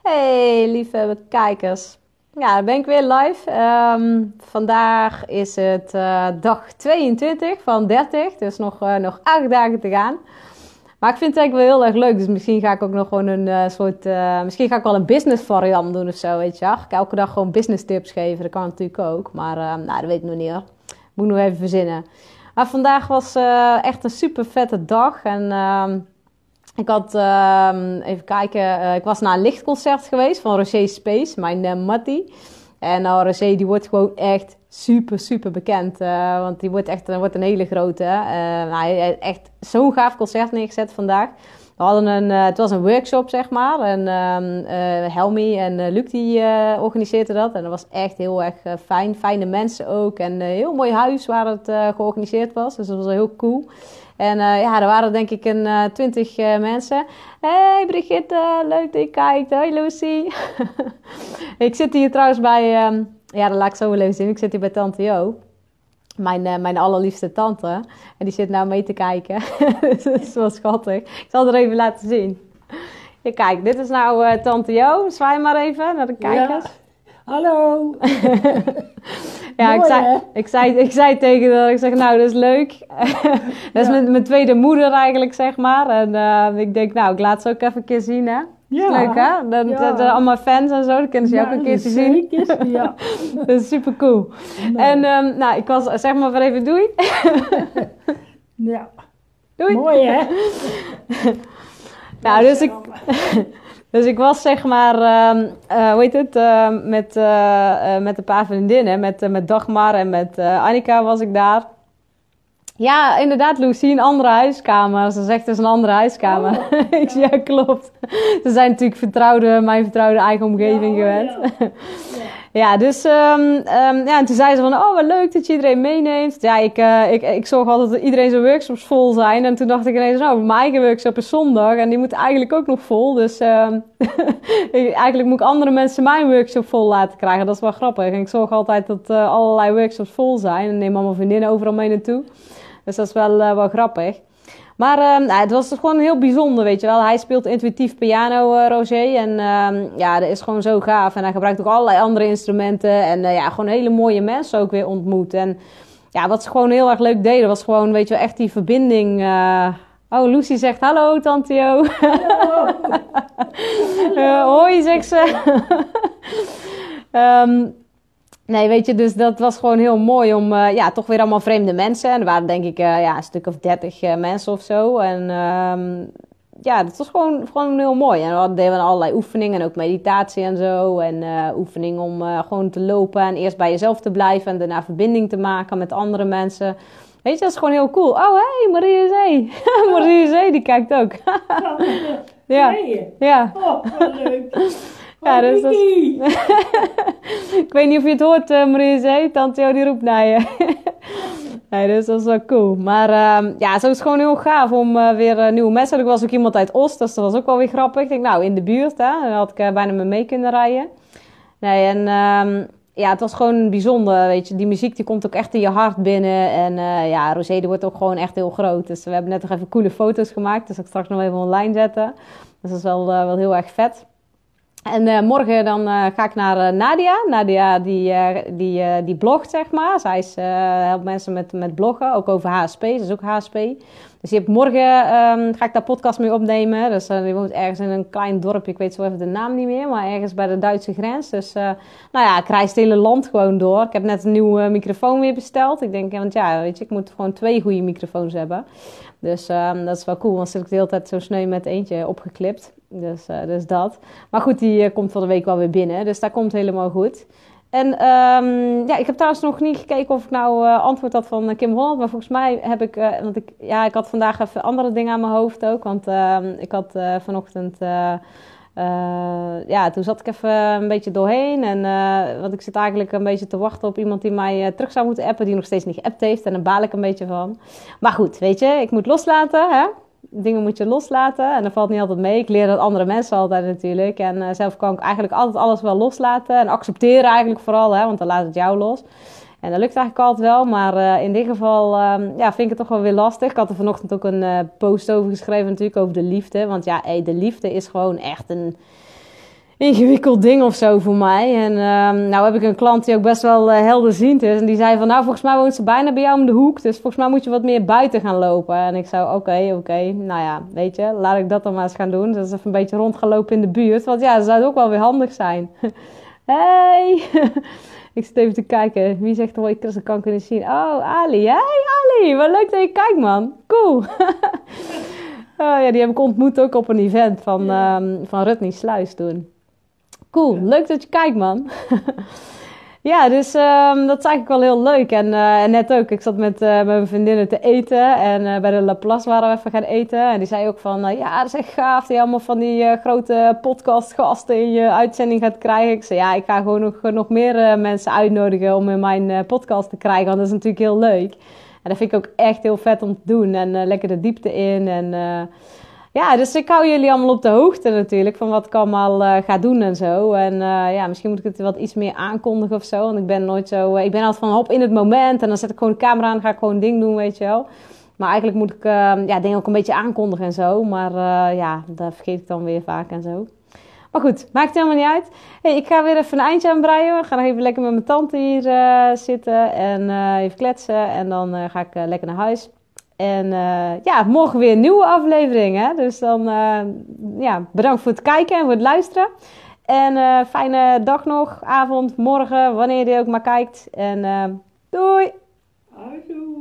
Hey, lieve kijkers. Ja, dan ben ik weer live. Vandaag is het dag 22 van 30, dus nog 8 dagen te gaan. Maar ik vind het eigenlijk wel heel erg leuk, dus misschien ga ik ook nog gewoon misschien ga ik wel een business variant doen of zo, weet je wel. Ik elke dag gewoon business tips geven, dat kan natuurlijk ook. Maar dat weet ik nog niet hoor. Moet ik nog even verzinnen. Maar vandaag was echt een super vette dag en... Ik had, even kijken, ik was naar een lichtconcert geweest van Roger Space, mijn mattie. En Roger die wordt gewoon echt super bekend, want die wordt een hele grote. Hij heeft echt zo'n gaaf concert neergezet vandaag. We hadden het was een workshop zeg maar en Helmi en Luc die organiseerden dat. En dat was echt heel erg fijn, fijne mensen ook en een heel mooi huis waar het georganiseerd was. Dus dat was heel cool. En er waren denk ik 20 mensen. Hey Brigitte, leuk dat je kijkt. Hoi Lucy. Ik zit hier trouwens bij... dat laat ik zo wel even zien. Ik zit hier bij Tante Jo. Mijn allerliefste tante. En die zit nou mee te kijken. Dus dat is wel schattig. Ik zal het er even laten zien. Ja, kijk, dit is nou Tante Jo. Zwaai maar even naar de kijkers. Ja. Hallo. Ja, mooi, ik zei tegen haar, ik zeg nou, dat is leuk. Dat is mijn tweede moeder eigenlijk, zeg maar. En ik denk, nou, ik laat ze ook even een keer zien, hè. Ja. Is leuk, hè? Dat zijn allemaal fans en zo, dan kunnen ze je ook een keertje zien. Ja. Dat is super cool. Nou. En ik was, zeg maar weer even doei. Ja. Doei. Mooi, hè? Nou, dus ik was zeg maar, met een paar vriendinnen, met Dagmar en met Annika was ik daar. Ja, inderdaad, Lucy, een andere huiskamer. Ze zegt dus een andere huiskamer. Oh, Ik zeg, ja, klopt. Ze zijn natuurlijk mijn vertrouwde eigen omgeving gewend. Ja. Ja, dus en toen zei ze van, oh, wat leuk dat je iedereen meeneemt. Ja, ik zorg altijd dat iedereen zijn workshops vol zijn. En toen dacht ik ineens, mijn eigen workshop is zondag en die moet eigenlijk ook nog vol. Dus eigenlijk moet ik andere mensen mijn workshop vol laten krijgen. Dat is wel grappig. En ik zorg altijd dat allerlei workshops vol zijn. En neem allemaal vriendinnen overal mee naartoe. Dus dat is wel grappig. Maar het was gewoon heel bijzonder, weet je wel. Hij speelt intuïtief piano, Roger. En dat is gewoon zo gaaf. En hij gebruikt ook allerlei andere instrumenten. En gewoon hele mooie mensen ook weer ontmoet. En ja, wat ze gewoon heel erg leuk deden, was gewoon, weet je wel, echt die verbinding. Oh, Lucy zegt hallo, Tante Jo. Hallo. Hoi, zegt ze. Nee, weet je, dus dat was gewoon heel mooi om, toch weer allemaal vreemde mensen. En er waren denk ik een stuk of 30 mensen of zo. En dat was gewoon heel mooi. En dan deden we allerlei oefeningen en ook meditatie en zo. En oefeningen om gewoon te lopen en eerst bij jezelf te blijven en daarna verbinding te maken met andere mensen. Weet je, dat is gewoon heel cool. Oh, hey, Marie Zee. Marie Zee, die kijkt ook. Ja. Ja. Oh, wat leuk. Ja, dus dat is... Ik weet niet of je het hoort, Marie Zee. Tante Jo die roept naar je. Nee, dus dat is wel cool. Maar zo is het gewoon heel gaaf om weer nieuwe mensen. Er was ook iemand uit Oost, dus dat was ook wel weer grappig. Ik denk, nou, in de buurt, hè. Dan had ik bijna mee kunnen rijden. Nee, en het was gewoon bijzonder, weet je. Die muziek die komt ook echt in je hart binnen. En Rosé die wordt ook gewoon echt heel groot. Dus we hebben net nog even coole foto's gemaakt. Dus ik straks nog even online zetten. Dus dat is wel heel erg vet. En morgen dan ga ik naar Nadia. Nadia die blogt, zeg maar. Zij helpt mensen met bloggen, ook over HSP. Ze is ook HSP. Dus morgen ga ik daar podcast mee opnemen. Dus die woont ergens in een klein dorpje. Ik weet zo even de naam niet meer, maar ergens bij de Duitse grens. Dus ik reis het hele land gewoon door. Ik heb net een nieuwe microfoon weer besteld. Ik denk, want weet je, ik moet gewoon 2 goede microfoons hebben. Dus dat is wel cool, want zit ik de hele tijd zo sneu met eentje opgeklipt. Dus dat. Maar goed, die komt van de week wel weer binnen. Dus dat komt helemaal goed. En ik heb trouwens nog niet gekeken of ik nou antwoord had van Kim Holland. Maar volgens mij heb ik... ik had vandaag even andere dingen aan mijn hoofd ook. Want ik had vanochtend... toen zat ik even een beetje doorheen. En want ik zit eigenlijk een beetje te wachten op iemand die mij terug zou moeten appen. Die nog steeds niet geappt heeft. En daar baal ik een beetje van. Maar goed, weet je, ik moet loslaten, hè. Dingen moet je loslaten en dat valt niet altijd mee. Ik leer dat andere mensen altijd natuurlijk. En zelf kan ik eigenlijk altijd alles wel loslaten. En accepteren eigenlijk vooral, hè, want dan laat het jou los. En dat lukt eigenlijk altijd wel. Maar in dit geval vind ik het toch wel weer lastig. Ik had er vanochtend ook een post over geschreven natuurlijk over de liefde. Want de liefde is gewoon echt een... ingewikkeld ding of zo voor mij. En nou heb ik een klant die ook best wel helderziend is. En die zei van, nou volgens mij woont ze bijna bij jou om de hoek. Dus volgens mij moet je wat meer buiten gaan lopen. En ik zou, oké. Nou ja, weet je, laat ik dat dan maar eens gaan doen. Dus even een beetje rond gaan lopen in de buurt. Want ja, dat zou ook wel weer handig zijn. Hey! Ik zit even te kijken. Wie zegt er, hoi Chris, dat kan ik niet zien. Oh, Ali. Hey Ali, wat leuk dat je kijkt, man. Cool. Oh ja, die heb ik ontmoet ook op een event van Rutney Sluis toen. Cool, leuk dat je kijkt, man. Ja, dus dat is eigenlijk wel heel leuk. En net ook, ik zat met mijn vriendinnen te eten. En bij de Laplace waren we even gaan eten. En die zei ook van, ja, dat is echt gaaf dat je allemaal van die grote podcastgasten in je uitzending gaat krijgen. Ik zei, ja, ik ga gewoon nog meer mensen uitnodigen om in mijn podcast te krijgen. Want dat is natuurlijk heel leuk. En dat vind ik ook echt heel vet om te doen. En lekker de diepte in. En ja, dus ik hou jullie allemaal op de hoogte natuurlijk. Van wat ik allemaal ga doen en zo. En ja, misschien moet ik het wat iets meer aankondigen of zo. Want ik ben nooit zo... ik ben altijd van hop in het moment. En dan zet ik gewoon de camera aan en ga ik gewoon een ding doen, weet je wel. Maar eigenlijk moet ik ja, dingen ook een beetje aankondigen en zo. Maar ja, dat vergeet ik dan weer vaak en zo. Maar goed, maakt het helemaal niet uit. Hey, ik ga weer even een eindje aanbreien. Ik ga nog even lekker met mijn tante hier zitten en even kletsen. En dan ga ik lekker naar huis. En ja, morgen weer een nieuwe aflevering. Hè? Dus dan ja, bedankt voor het kijken en voor het luisteren. En fijne dag nog, avond, morgen, wanneer je ook maar kijkt. En doei! Houdoe.